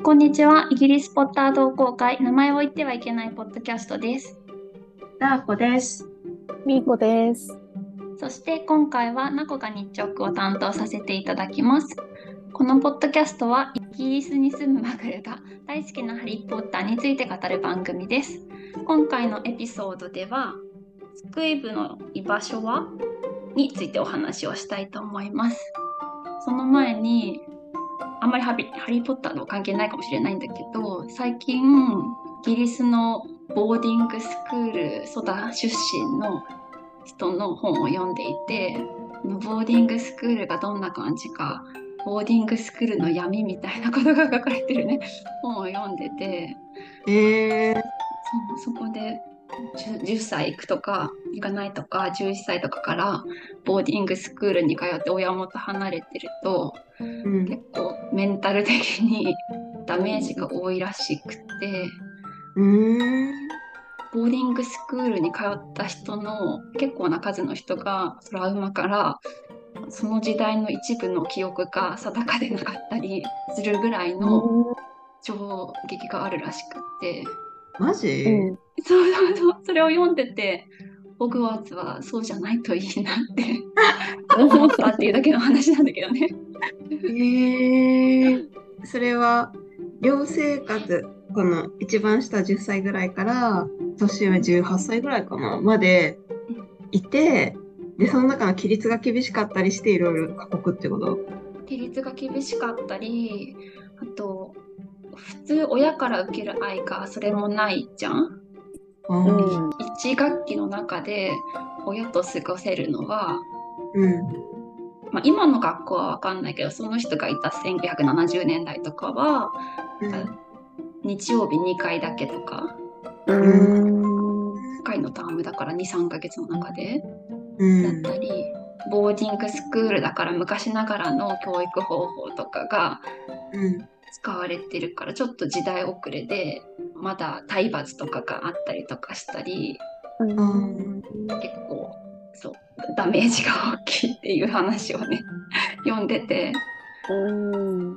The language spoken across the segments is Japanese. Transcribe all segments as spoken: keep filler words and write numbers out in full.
こんにちは。イギリスポッター同好会、名前を言ってはいけないポッドキャストです。 ダーコです。 みーこです。 そして今回はナコが日直を担当させていただきます。このポッドキャストはイギリスに住むマグルが大好きなハリー・ポッターについて語る番組です。今回のエピソードでは、スクイブの居場所はについてお話をしたいと思います。その前に、あんまりハリ、ハリー・ポッターの関係ないかもしれないんだけど、最近イギリスのボーディングスクールソダ出身の人の本を読んでいて、ボーディングスクールがどんな感じか、ボーディングスクールの闇みたいなことが書かれてるね本を読んでて、 えー、 そ、そこで 10, じゅっさい行くとか行かないとか、じゅういっさいとかからボーディングスクールに通って親元離れてると、 うん、 結構メンタル的にダメージが多いらしくて、 うーん、 ボーディングスクールに通った人の結構な数の人がトラウマからその時代の一部の記憶が定かでなかったりするぐらいの衝撃があるらしくって、 マジ？ うん。 そうそうそう、それを読んでて、ホグワーツはそうじゃないといいなって思ったっていうだけの話なんだけどね。 えー、それは寮生活、この一番下じゅっさいぐらいから年上じゅうはっさいぐらいかなまでいて、で、その中の規律が厳しかったりしていろいろ過酷ってこと？ 規律が厳しかったり、あと普通親から受ける愛がそれもないじゃん。 あうー、 ん。 一学期の中で親と過ごせるのは、 うん、 まあ、今の学校は分かんないけど、その人がいたせんきゅうひゃくななじゅうねんだいとかはうん、 日曜日にかいだけとか、 ううん、 ん。 いっかいのタームだからに、さんかげつの中でだっうん、 たり、ボーディングスクールだから昔ながらの教育方法とかがうん、 使われてるから、ちょっと時代遅れでまだ体罰とかがあったりとかしたり、 うあー、 ん。 結構そうダメージが大きいっていう話をね読んでて、 うん。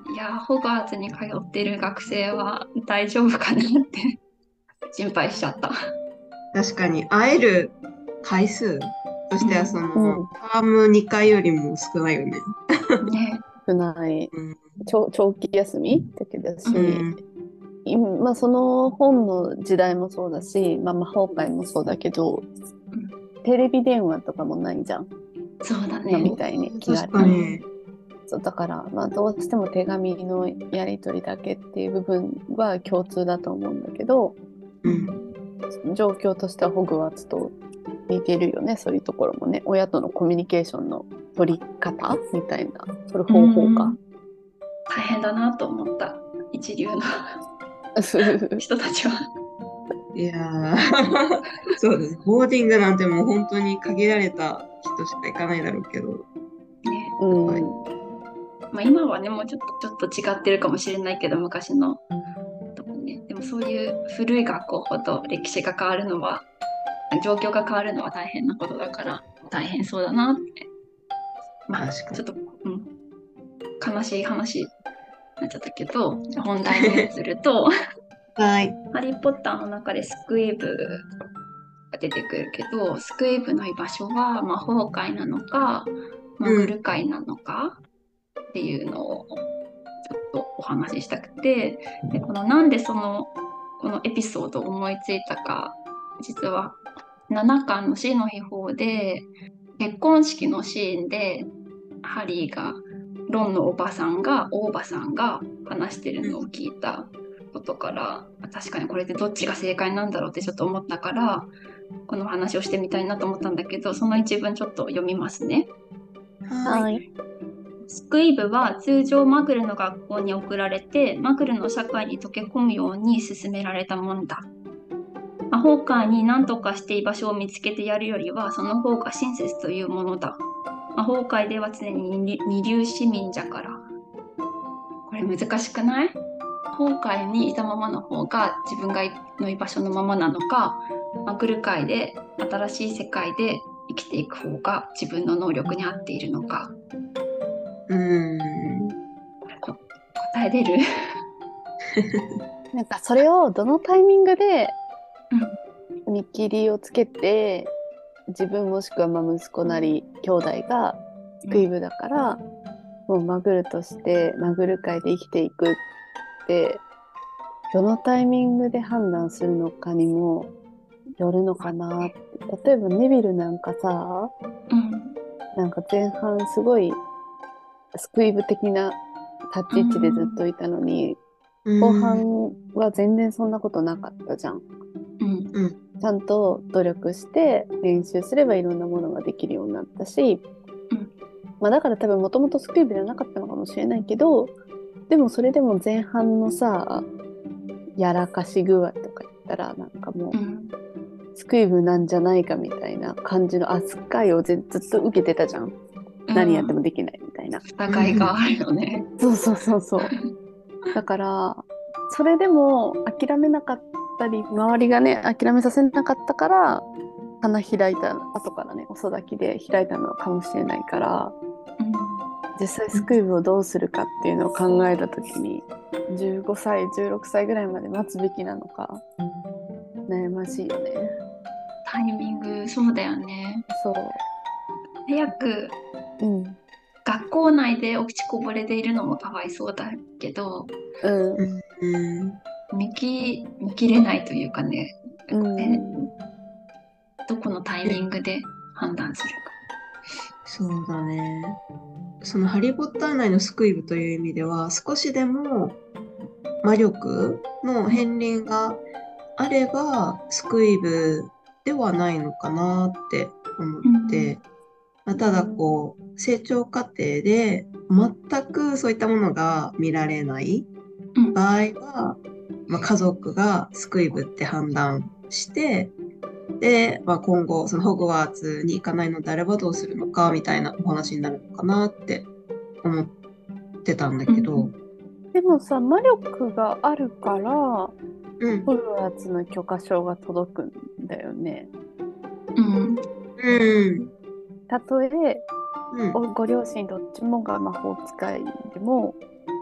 いやホガーツに通ってる学生は大丈夫かなって心配しちゃった。 確かに会える回数としてはその、 うん。 タームにかいよりも少ないよね。 ね、 少ない。 うん。 長、長期休みだけだうんし、 うん。 今、まあ、その本の時代もそうだし、まあ、魔法界もそうだけど、 うん、 テレビ電話とかもないじゃん。 そうだ今みね。 たいに気確軽に。 かに。 そうだから、まあ、どうしても手紙のやり取りだけっていう部分は共通だと思うんだけど、 うん。 状況としてはホグワーツと似てるよね。そういうところもね、親とのコミュニケーションの取り方みたいな、取る方法が。 大変だなと思った、一流の人たちは。 いやーそうです。ボーディングなんてもう本当に限られた人しか行かないだろうけど。 ね、 うはい。 ん、 まあ、今はねもうちょっとちょっと違ってるかもしれないけど、昔のとかね、でもそういう古い学校ほど歴史が変わるのは、状況が変わるのは大変なことだから大変そうだなって。まあ確かに。 ちょっと、うん、悲しい話になっちゃったけど、本題に移るとはい。 ハリー・ポッターの中でスクイーブが出てくるけど、スクイーブの居場所は魔法界なのかマグうん。 ル界なのかっていうのをちょっとお話ししたくて、でこのなんでそのこのエピソードを思いついたか、実はななかんの死の秘宝で結婚式のシーンでハリーがロンのおばさんが大おばさんが話してるのを聞いたことから、確かにこれでどっちが正解なんだろうってちょっと思ったから、この話をしてみたいなと思ったんだけど、その一文ちょっと読みますね。 はい。 はい。 スクイブは通常マグルの学校に送られて、マグルの社会に溶け込むように進められたものだ。魔法界に何とかして居場所を見つけてやるよりは、その方が親切というものだ。魔法界では常に二流市民じゃから。これ難しくない？魔法界にいたままの方が自分がの居場所のままなのか、マグル界で新しい世界で生きていく方が自分の能力に合っているのか。 うん。 これこ答え出る？ なんかそれをどのタイミングで見切りをつけて、自分もしくはまあ息子なり兄弟がスクイブだから、もうマグルとしてマグル界で生きていくってどのタイミングで判断するのかにもよるのかなって。例えばネビルなんかさ、 うんなんか前半すごいスクイブ的な立ち位置でずっといたのに、 うん後半は全然そんなことなかったじゃん。 うんうんちゃんと努力して練習すればいろんなものができるようになったし、 うんまあだから多分もともとスクイブじゃなかったのかもしれないけど、でもそれでも前半のさ、やらかし具合とか言ったらなんかもううんスクイブなんじゃないかみたいな感じの扱いをずずっと受けてたじゃん。何やってもできないみたいな。 疑いがあるよね。 そうそうそうそう。だからそれでも諦めなかったり、周りがね諦めさせなかったから花開いた後からね遅咲きで開いたのかもしれないから、 うん実際スクイブをどうするかっていうのを考えた時にじゅうごさいじゅうろくさいぐらいまで待つべきなのか悩ましいよね。 タイミング、そうだよね。 そう。 早くうん学校内で落ちこぼれているのもかわいそうだけど、 うんうん見き見切れないというかね、 うんねどこのタイミングで判断するか。 そうだね。そのハリー・ポッター内のスクイブという意味では、少しでも魔力の片鱗があれば、スクイブではないのかなって思って、まあ、ただこう、成長過程で全くそういったものが見られないうん場合は、まあ、家族がスクイブって判断して、で、まあ、今後、そのホグワーツに行かないのであればどうするのかみたいなお話になるのかなって思ってたんだけど、 でもさ、魔力があるからうん、 ホグワーツの許可証が届くんだよね。 うんうん、 たとえうん、 おご両親どっちもが魔法使いでも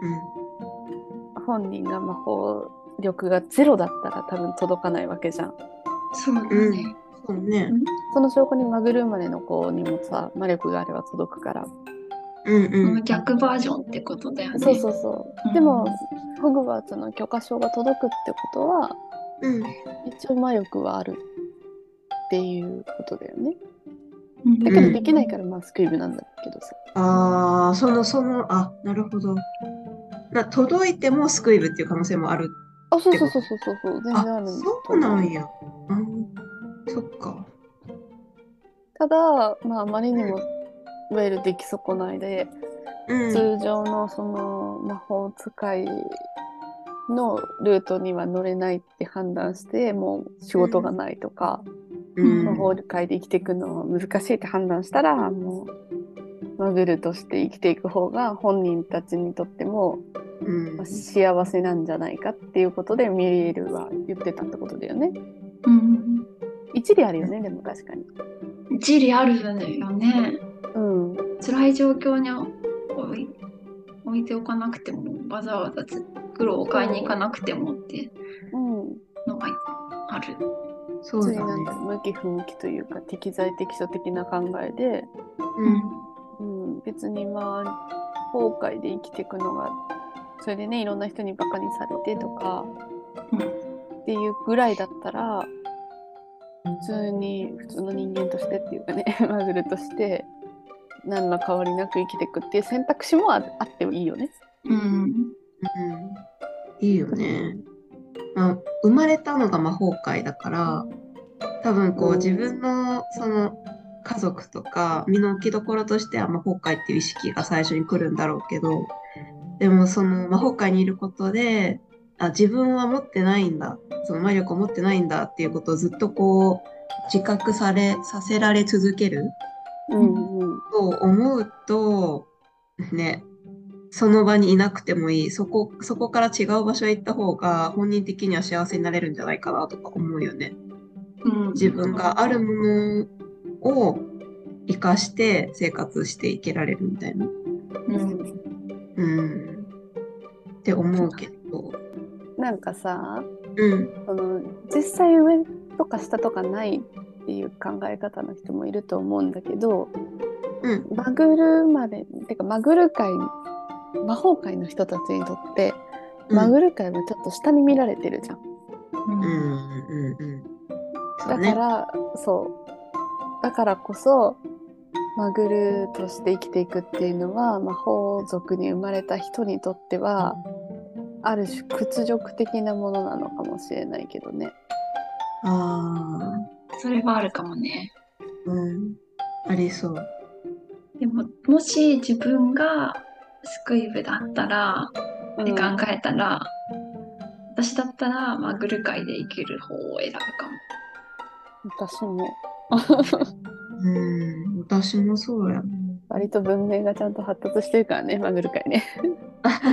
本人が魔法力がゼロだったら多分届かないわけじゃん。 そうだうん、 ね。 そうね、 その証拠にマグルーマネの子にもさ魔力があれば届くから。 うん、 こうん、 の逆バージョンってことだよね。 そうそうそうう。 んでもホグワーツの許可証が届くってことはうん、 一応魔力はあるっていうことだよね。 うんだけどできないからまあスクイブなんだけどさ。 ああ、その、その、あ、なるほど。な、届いてもスクイブっていう可能性もある。 あ、そうそうそうそうそうそう、全あ、 然あるとそう思う。 なんや。うん、そっか。 ただ、まあ、あまりにもいわゆる出来損ないで、 うん、 通常のその魔法使いのルートには乗れないって判断して、もう仕事がないとか、 うん、 魔法界で生きていくのは難しいって判断したら、もうマグルとして生きていく方が本人たちにとってもうんまあ幸せなんじゃないかっていうことでミリエルは言ってたってことだよね。 うん一理あるよね、でも確かに。 一理あるよね。 うん。 辛い状況に置い置いておかなくても、わざわざ袋を買いに行かなくてもってうん。 のがある。 そうだね普通になんか。向き不向きというか適材適所的な考えで、 うん、 うん、別にまあ後悔で生きていくのがそれでねいろんな人にバカにされてとか、 うんっていうぐらいだったら普通に普通の人間としてっていうかねマグルとして何の変わりなく生きていくっていう選択肢もああってもいいよね。 うんうん、いいよね。まあ、生まれたのが魔法界だから、多分こううん自分のその家族とか身の置きどころとしては魔法界っていう意識が最初に来るんだろうけど、でもその魔法界にいることで、あ、自分は持ってないんだ、その魔力を持ってないんだっていうことをずっとこう自覚され、させられ続けるうんうんと思うと、ね、その場にいなくてもいい、そこ、そこから違う場所へ行った方が本人的には幸せになれるんじゃないかなとか思うよね。 うん自分があるものを生かして生活していけられるみたいな。 うんうん。って思うけど。 なんかさ、 うん。 その実際上とか下とかないっていう考え方の人もいると思うんだけど、 うん。 マグルまでてかマグル界魔法界の人たちにとってマグル界はちょっと下に見られてるじゃん。 うんうんうん。そうね。 だからそうだからこそマグルとして生きていくっていうのは魔法族に生まれた人にとってはある種屈辱的なものなのかもしれないけどね。 あそれはあるかもね。 あ、うん。ありそう。 でも、もし自分がスクイブだったら、って考えたら、私だったらマグル界で生きる方を選ぶか私もうん。私もそうや。 割と文明がちゃんと発達してるからね、マグル界ね。 も。やっ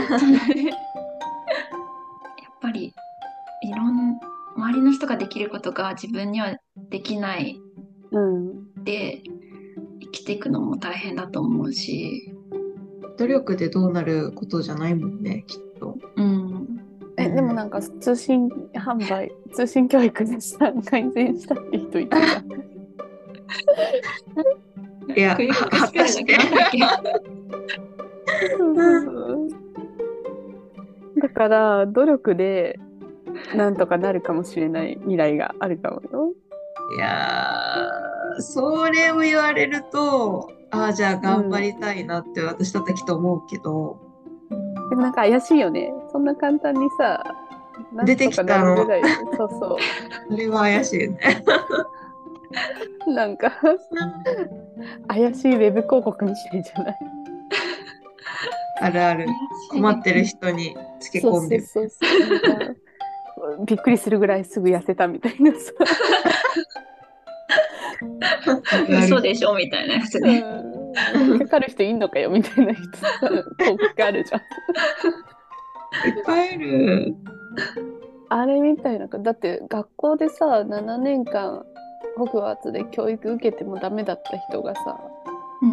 ぱり、いろん、周りの人ができることが自分にはできないうん。 で、生きていくのも大変だと思うし、 努力でどうなることじゃないもんね、きっと。 うん。 え、でもなんか通信販売、通信教育でさ、改善したって人いたじゃん。 いや、 クイック果スペルだたして。 けなんだっけ。 だから努力でなんとかなるかもしれない未来があるかもよ。 いやー、それを言われると、ああ、じゃあ頑張りたいなって私だったらきっと思うけど、 でもなんか怪しいよね。そんな簡単にさ、なんとかなるぐらい。そうそう。 それは怪しいよね。 なんか怪しいウェブ広告みたいじゃない？ あるある。困ってる人につけ込んでる。 そうそうそうそう。なんかびっくりするぐらいすぐ痩せたみたいなさ。 嘘でしょみたいなやつね。 うん、かかる人いんのかよみたいな人さ広告あるじゃん。 いっぱいある。 あれみたいな、だって学校でさななねんかんホグワーツで教育受けてもダメだった人がさ、 うん、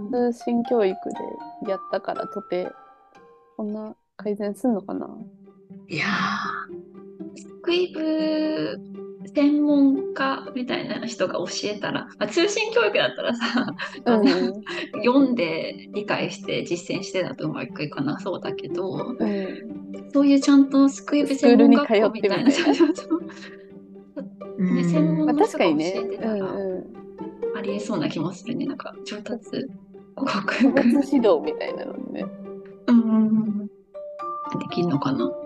通信教育でやったからとてこんな改善すんのかな。 いやスクイブ専門家みたいな人が教えたら、まあ、通信教育だったらさ、あのうん読んで理解して実践してだとうまくいかなそうだけど、 うん、 そういうちゃんとスクイブ専門学校みたいな、 スクールに通ってみたいなー、 ね、専まあ、 門の人が教確かにね、 えてたら、 うんうん、 ありえそうな気もするね。なんか上達語個学別指導みたいなのね。 うんうんうんできるのかな。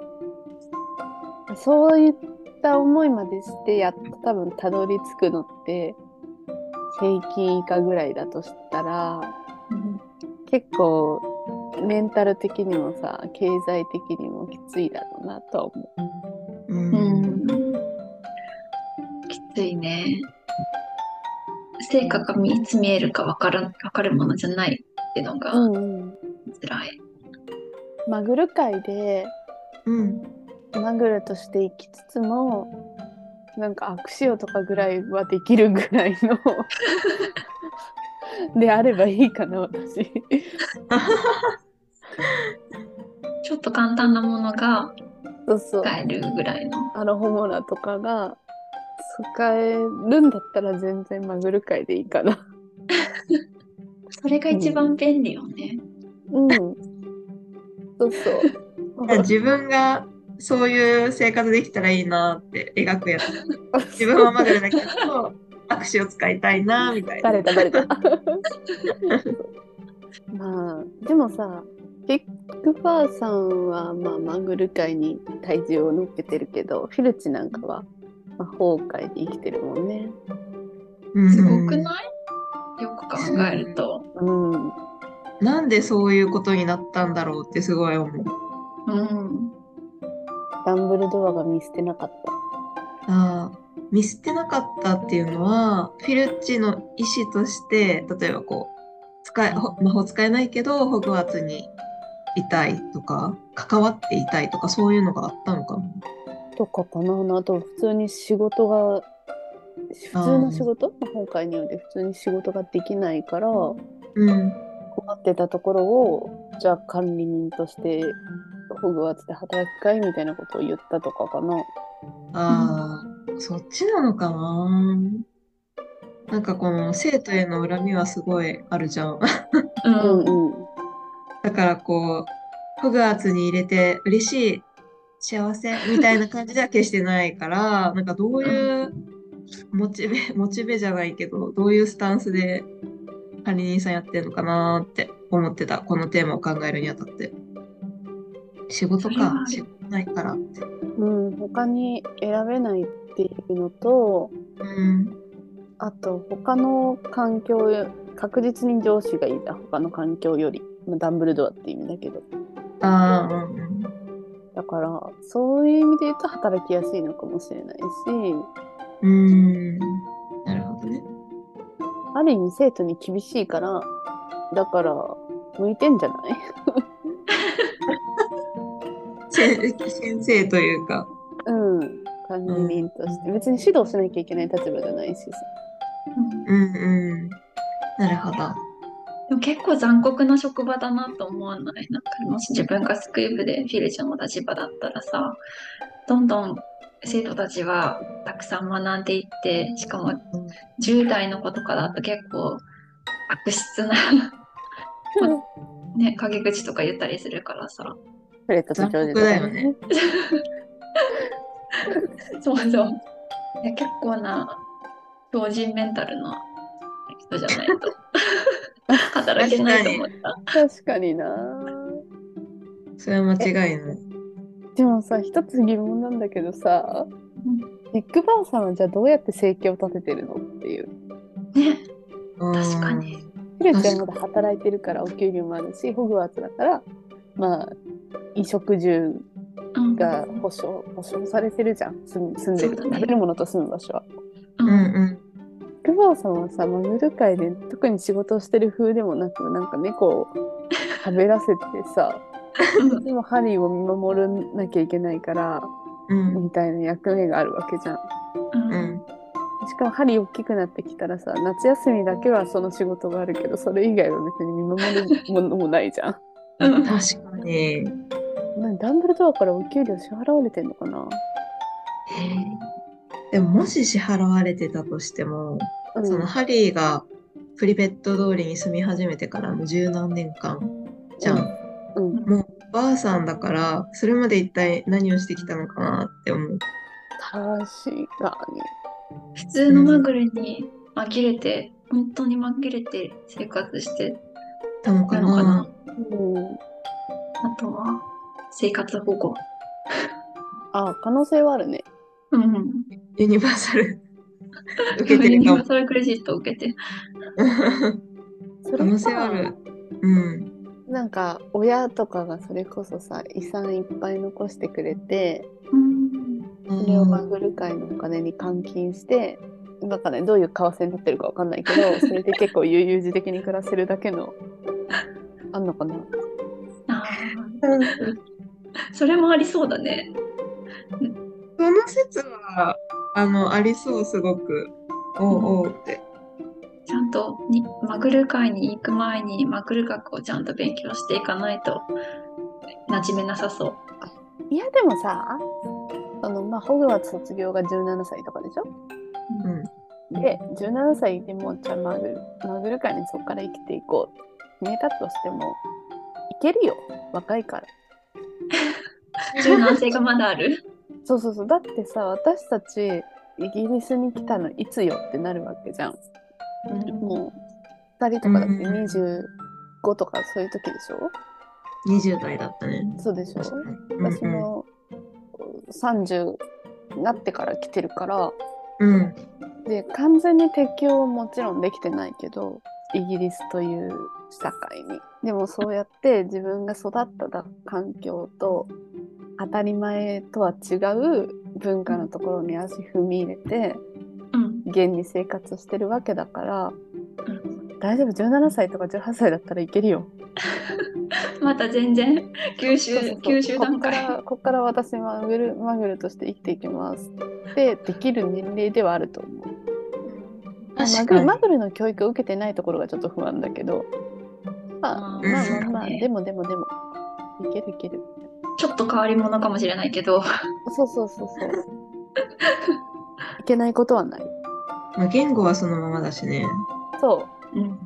そういった思いまでしてやっと多分たどり着くのって平均以下ぐらいだとしたら、 うん、 結構メンタル的にもさ経済的にもきついだろうなとは思う。うん。 うんきついね。成果がいつ見えるか分から分かるものじゃないっていうのがう。うんうん、 辛い。 マグル界でうん。 マグルとして生きつつもなんかアクシオとかぐらいはできるぐらいのであればいいかな私。 ちょっと簡単なものがそうそう。 使えるぐらいの。 アロホモラとかが使えるんだったら全然マグル界でいいかな。 それが一番便利よね。 うん。そうそう。 自分がそういう生活できたらいいなって描くやつ。自分はマグルだけど、握手を使いたいなみたいな。 バレたバレた。まあ、でもさ、ビッグファーさんは、まあ、マグル界に体重を乗っけてるけど、フィルチなんかは魔法界で生きてるもんね。 すごくないよく考えると。 うん。 なんでそういうことになったんだろうってすごい思う。 うん。 ダンブルドアが見捨てなかった。 ああ、見捨てなかったっていうのは、フィルッチの意思として、例えばこう、使え、魔法使えないけど、ホグワーツにいたいとか、関わっていたいとか、そういうのがあったのかな。 とかかな。あと、普通に仕事が、普通の仕事魔法界によって普通に仕事ができないから、 うん。 困ってたところを、じゃあ管理人としてホグワーツで働きかいみたいなことを言ったとかかな。 ああ、そっちなのかな。なんかこの生徒への恨みはすごいあるじゃん。 ううんん。 うん。 だからこう、ホグワーツに入れて嬉しい、幸せみたいな感じでは決してないから、なんかどういうモチベ、モチベじゃないけど、どういうスタンスで管理人さんやってんのかなって思ってた。このテーマを考えるにあたって。仕事か、 それはある。 仕事ないからって。 うん、他に選べないっていうのと、 うん。 あと他の環境よ、確実に上司がいいじゃん、他の環境より。まあダンブルドアって意味だけど。 ああ、うんうん。 だから、そういう意味で言うと働きやすいのかもしれないし、 うーん。なるほどね。 ある意味生徒に厳しいから、だから、向いてんじゃない？ せ先生というか。 うん。管理人として。別に指導しなきゃいけない立場じゃないしさ。 うんうんうん。なるほど。 でも結構残酷な職場だなと思わない？なんかもし自分がスクープでフィルちゃんの立場だったらさ、どんどん生徒たちはたくさん学んでいって、しかもうんじゅう代の子とかだと結構悪質なね、陰口とか言ったりするからさ。 フレットと残ジョージとか酷だよね。 そうそう。いや結構な強靭メンタルな人じゃないと働けないと思った。 確かにな。 それは間違いない。 でもさ、一つ疑問なんだけどさ、 うんビッグバンさんはじゃあどうやって生計を立ててるのっていう。 ね、 うん確かに。 フィルちゃんまだ働いてるからお給料もあるし、ホグワーツだから、まあ、衣食住うんが保証、保証されてるじゃん。住ん住んでる、 そうだね食べるものと住む場所は。 ううんんうん。 ビッグバンさんはさ、マグル界で特に仕事をしてる風でもなく、なんか猫を食べらせてさ、 うんでもハリーを見守らなきゃいけないから、 うんみたいな役目があるわけじゃん。 うんうん。 しかもハリー大きくなってきたらさ、夏休みだけはその仕事があるけど、それ以外は別に見守るものもないじゃん。 うん確かに。へえ。 なダンブルドアからお給料支払われてんのかな？ でももし支払われてたとしても、 うん、 そのハリーがプリペット通りに住み始めてからもう十何年間じゃん。 うんうん、 もうばあさんだから、それまで一体何をしてきたのかなって思う。 確か普通のマグルに紛れて、本当に紛れて生活してたのかたのかな。 な。 に。うん、 あとは生活保護。 あ、可能性はあるね。 うんうん。 ユニバーサル受けてユるかも。 ニバーサルクレジットを受けて。 それ可能性はある。 か、 うん。 なんか親とかがそれこそさ、遺産いっぱい残してくれて、 うん。 それをマグル界のお金に換金して、なんかね、どういう為替になってるかわかんないけど、それで結構悠々自適に暮らせるだけの、あんのかな。 あーそれもありそうだね。 その説は、あの、ありそう、すごく。おうおうって。 ちゃんとにマグル界に行く前にマグル学をちゃんと勉強していかないと馴染めなさそう。 いや、でもさ、あの、まあ、ホグワーツ卒業がじゅうななさいとかでしょ？ うん。 で、じゅうななさいでも、じゃあマグル、マグル界にそこから生きていこうって決めたとしても、いけるよ。若いから。 柔軟性がまだある。 そうそうそう。だってさ、私たち、イギリスに来たのいつよってなるわけじゃん。もう、ふたりとかだってうんにじゅうごとかそういう時でしょ？ にじゅう代だったね。 そうでしょ？ 確かに。うんうん私もさんじゅうになってから来てるから、 うん。 で、完全に適応はもちろんできてないけど、イギリスという社会に。でもそうやって自分が育った環境と当たり前とは違う文化のところに足踏み入れて、 うん。 現に生活してるわけだから、 うん大丈夫、じゅうななさいとかじゅうはっさいだったらいけるよ。 また全然吸収そうそうそう吸収こっか段階。 らこっから私マグルマグルとして生きていきますってできる年齢ではあると思う。マ確かに。 グルマグルの教育を受けてないところがちょっと不安だけど、まあ、 うんまあまあまあ、 そうねでもでもでもいけるいける。 ちょっと変わり者かもしれないけど。 そうそうそうそう。いけないことはない。 まあ、言語はそのままだしね。 そうん。 うん。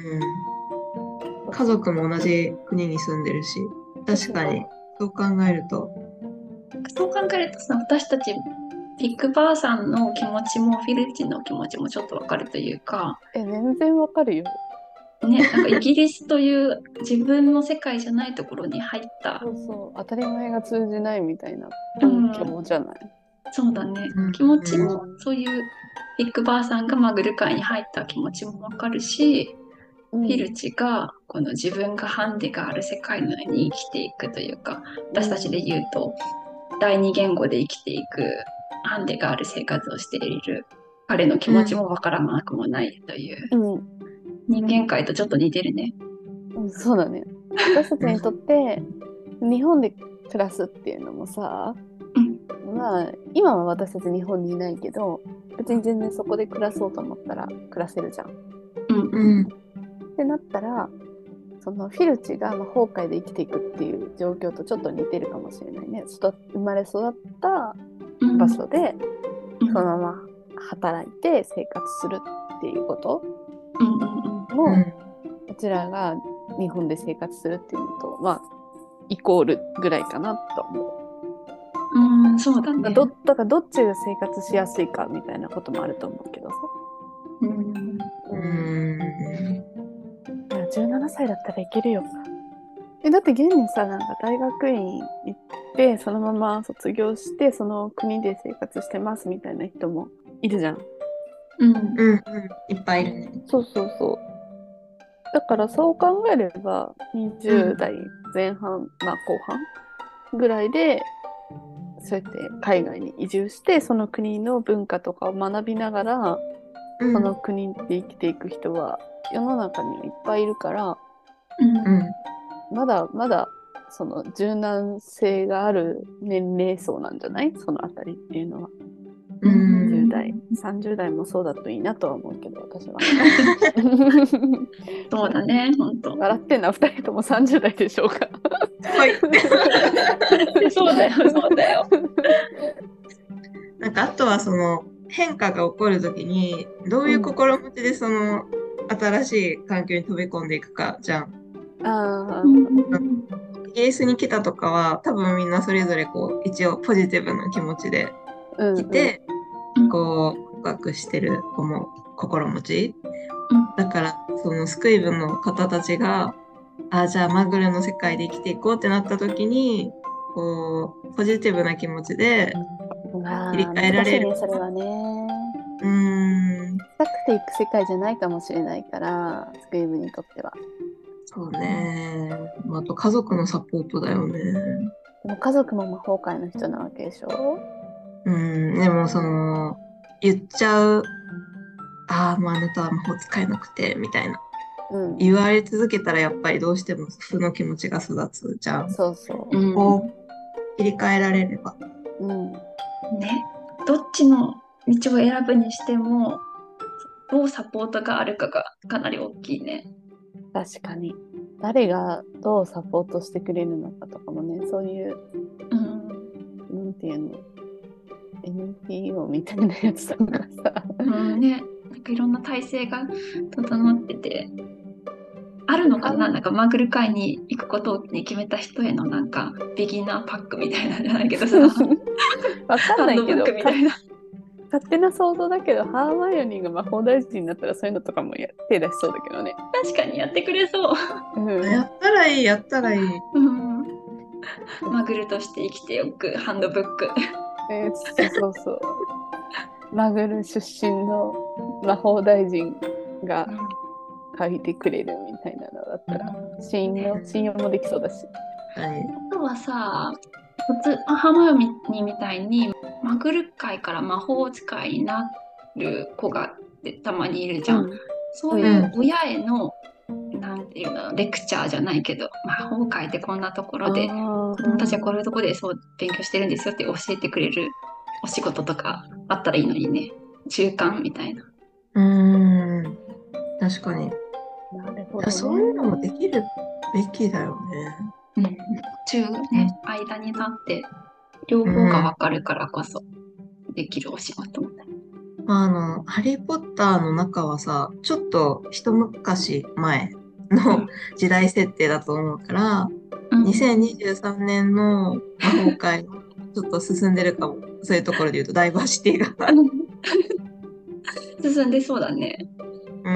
家族も同じ国に住んでるし、確かに、そう考えると。 そう考えるとさ、私たち、ビッグばあさんの気持ちも、フィルチの気持ちもちょっとわかるというか、 う。え、全然わかるよ。 ね、なんかイギリスという自分の世界じゃないところに入ったそ。うそう。当たり前が通じないみたいなうん環境じゃない。 そうだねうん。 気持ちも、 うんそういうビッグばあさんがマグル界に入った気持ちもわかるし、 うんフィルチがこの自分がハンデがある世界の中に生きていくというか、私たちで言うと、第二言語で生きていくハンデがある生活をしている彼の気持ちもわからなくもないという、 うん人間界とちょっと似てるね。 うん、そうだね。私たちにとって日本で暮らすっていうのもさ、 うんまあ今は私たち日本にいないけど、別に全然そこで暮らそうと思ったら暮らせるじゃん。 うんうん。 ってなったら、そのフィルチがまあ崩壊で生きていくっていう状況とちょっと似てるかもしれないね。育生まれ育ったうん場所でうんそのまま働いて生活するっていうことうんうんうんも、 うん。 こちらが日本で生活するっていうのと、まあ、イコールぐらいかなと思うん、そうだう。 ね。 どだからどっちが生活しやすいかみたいなこともあると思うけどさ。 うんうん。 いやじゅうななさいだったらいけるよ。えだって現にさ、なんか大学院行ってそのまま卒業してその国で生活してますみたいな人もいるじゃん。 うんうん。うん。いっぱいいるね。 そうそうそう。だからそう考えればにじゅう代前半、まあ後半ぐらいでそうやって海外に移住してその国の文化とかを学びながらうん。 その国で生きていく人は世の中にはいっぱいいるからうんうん。 まだまだその柔軟性がある年齢層なんじゃない？そのあたりっていうのは。 うにじゅうん。 代、さんじゅう代もそうだといいなとは思うけど私は。 そうだね、本当。 笑ってんのはふたりともさんじゅう代でしょうか。 はい。 そうだよ、そうだよ。 なんかあとはその変化が起こるときにどういう心持ちでその新しい環境に飛び込んでいくかじゃん。 あうんイギリスに来たとかは多分みんなそれぞれこう一応ポジティブな気持ちであ、 来て、 うんこう告白してる思う心持ち。 うんだからそのスクイブの方たちがあじゃあマグルの世界で生きていこうってなった時にこうポジティブな気持ちであ切り替えられる。 難しいねそれはね。 うーん深くていく世界じゃないかもしれないからスクイブにとっては。 そうね。あと家族のサポートだよね。 でも家族も魔法界の人なわけでしょ。 うんでもその言っちゃうああもうあなたは魔法使えなくてみたいなうん、 言われ続けたらやっぱりどうしても負の気持ちが育つじゃん。 そうそう。 うんこう切り替えられれば。 うん、 ね、どっちの道を選ぶにしても、どうサポートがあるかがかなり大きいね。 確かに。誰がどうサポートしてくれるのかとかもね、そういう、 うんなんていうの、エヌピーオー みたいなやつとかさ。 うんね、なんかいろんな体制が整ってて、あるのかな、なんかマグル会に行くことに決めた人へのなんかビギナーパックみたいなんじゃないけどさ、 わかハンドブッんないけど、 クみたいな。 勝手な想像だけど、ハーマイオニーが魔法大臣になったらそういうのとかもや手出しそうだけどね。 確かにやってくれそう。 うん、 やったらいいやったらいい。 うんマグルとして生きておくハンドブック。 えーそうそうそう。マグル出身の魔法大臣が書いてくれるみたいなのだったら、信用、信用もできそうだし。 はい。 あとはさ、普通ハーマイオニーみたいにマグル界から魔法使いになる子がたまにいるじゃん。 うんそういう親への、なんていうの、レクチャーじゃないけど、魔法界ってこんなところで、 あー子供たちはこういうところでそう勉強してるんですよって教えてくれるお仕事とかあったらいいのにね。中間みたいな。 うーん。確かに。いなるほど、 やね。 そういうのもできるべきだよね。 うん、中ね、間に立って両方がわかるからこそできるお仕事みたいな。 あの、ハリー・ポッターの中はさ、ちょっと一昔前の時代設定だと思うから、 うん、 にせんにじゅうさんねんの魔法界、ちょっと進んでるかも。そういうところで言うと、ダイバーシティが。 進んでそうだね。 うん。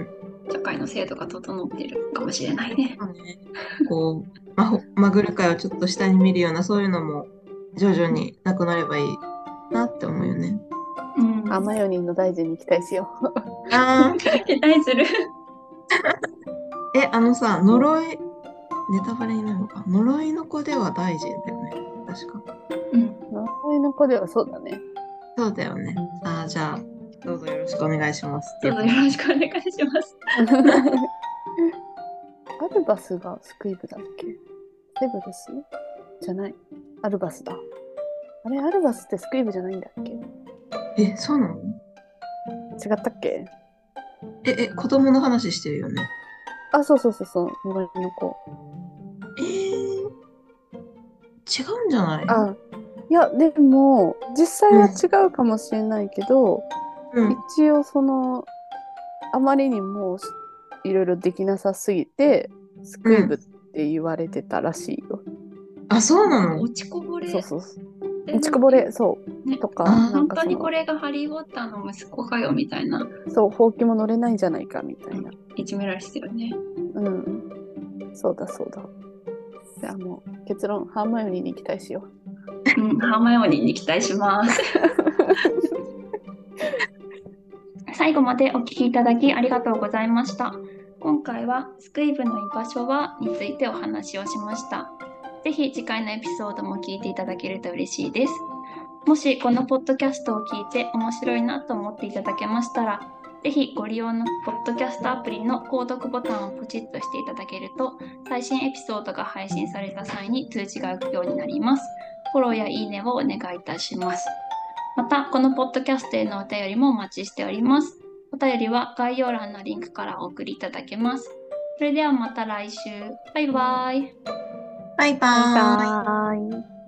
社会の制度が整ってるかもしれないね。 こう、マホマグル界をちょっと下に見るような、そういうのも徐々になくなればいいなって思うよね。 うん、 あ、マヨニーの大臣に期待しよう。 あ期待する。 え、あのさ、呪い、ネタバレになるのか。呪いの子では大臣だよね。確か。 うん、 呪いの子ではそうだね。 そうだよね。ああ、じゃあ、どうぞよろしくお願いします。 どうぞよろしくお願いします。 アルバスがスクイブだっけ？セブルスじゃない。アルバスだ。あれ、アルバスってスクイブじゃないんだっけ？ え、そうなの？ 違ったっけ？ え、え、子供の話してるよね。 あ、そうそうそうそう、呪いの子。 えー、違うんじゃない？ あ、いや、でも、実際は違うかもしれないけど、 うん。 一応その、あまりにもいろいろできなさすぎて、スクイブって言われてたらしいよ。 あ、そうなの？ 落ちこぼれ。 そうそうそう。落ちこぼれ、そう。 ね、 とか、 あなんかその本当にこれがハリー・ポッターの息子かよみたいな。 そう、ほうきも乗れないんじゃないかみたいな。 いじめられてるね。 うん。そうだそうだ。じゃあもう結論、ハーマイオニーに期待しようん、ハーマイオニーに期待します。最後までお聞きいただきありがとうございました。今回はスクイブの居場所はについてお話をしました。ぜひ次回のエピソードも聞いていただけると嬉しいです。もしこのポッドキャストを聞いて面白いなと思っていただけましたら、ぜひご利用のポッドキャストアプリの購読ボタンをポチッとしていただけると、最新エピソードが配信された際に通知が浮くようになります。フォローやいいねをお願いいたします。また、このポッドキャストへのお便りもお待ちしております。お便りは概要欄のリンクからお送りいただけます。それではまた来週。バイバイ。 バイバう。 ーイ。 バイバーイ。